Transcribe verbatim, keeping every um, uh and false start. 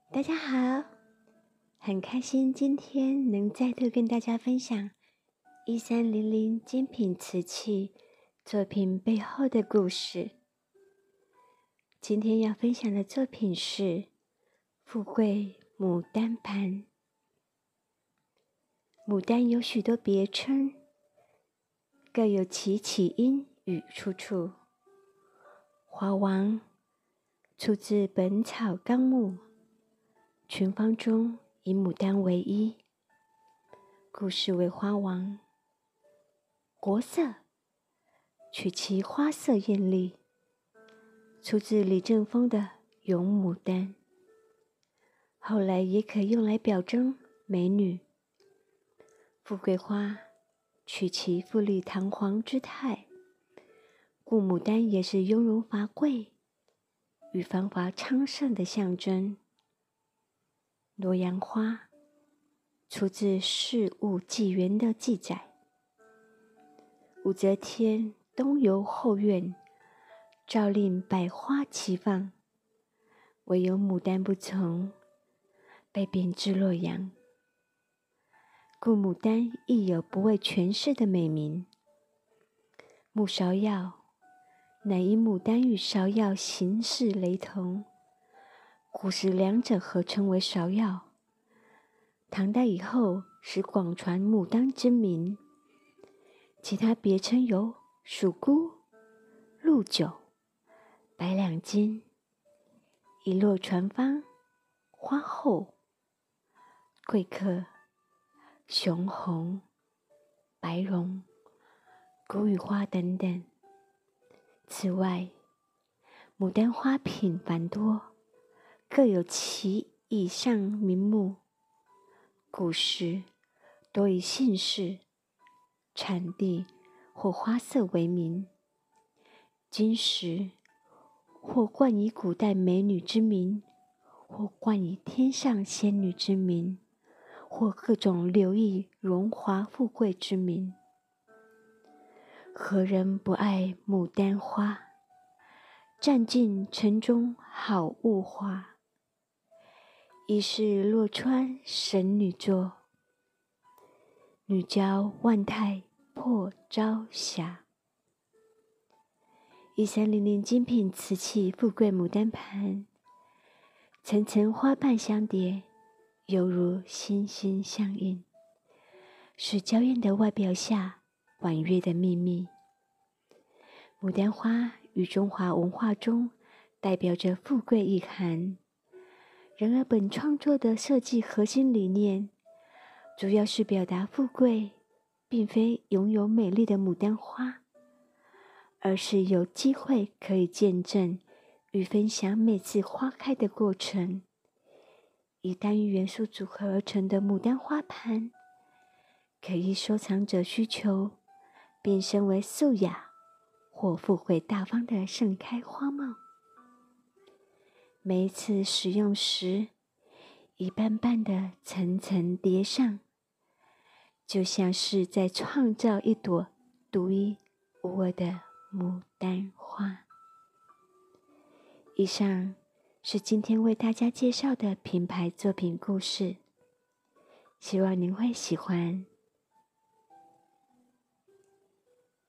大家好，很开心今天能再度跟大家分享一三零零精品瓷器作品背后的故事。今天要分享的作品是富贵牡丹盘。牡丹有许多别称，各有其起因与出处。花王出自《本草纲目》，群芳中以牡丹为一。故事为花王，国色，取其花色艳丽，出自李正风的《咏牡丹》，后来也可用来表征美女。富贵花，取其富丽堂皇之态，故牡丹也是雍容华贵与繁华昌盛的象征。洛阳花，出自《事物纪元》的记载。武则天东游后院，诏令百花齐放，唯有牡丹不从，被贬至洛阳。故牡丹亦有不为权势的美名。木芍药乃因牡丹与芍药形似雷同，故使两者合称为芍药。唐代以后使广传牡丹之名，其他别称有蜀菇、鹿酒、百两金、一落传芳、花后、贵客、雄红、白绒、谷雨花等等。此外，牡丹花品繁多，各有其以上名目。古时多以姓氏、产地或花色为名，今时或冠以古代美女之名，或冠以天上仙女之名，或各种流溢荣华富贵之名。何人不爱牡丹花？占尽城中好物花。疑是洛川神女作，女娇万态破朝霞。一三零零精品瓷器富贵牡丹盘，层层花瓣相叠，犹如心心相印，是娇艳的外表下婉约的秘密。牡丹花与中华文化中代表着富贵意涵，然而本创作的设计核心理念主要是表达富贵并非拥有美丽的牡丹花，而是有机会可以见证与分享每次花开的过程。以单一元素组合而成的牡丹花盘，可依收藏者需求变身为素雅或富贵大方的盛开花帽。每一次使用时，一瓣瓣的层层叠上，就像是在创造一朵独一无二的牡丹花。以上是今天为大家介绍的品牌作品故事，希望您会喜欢。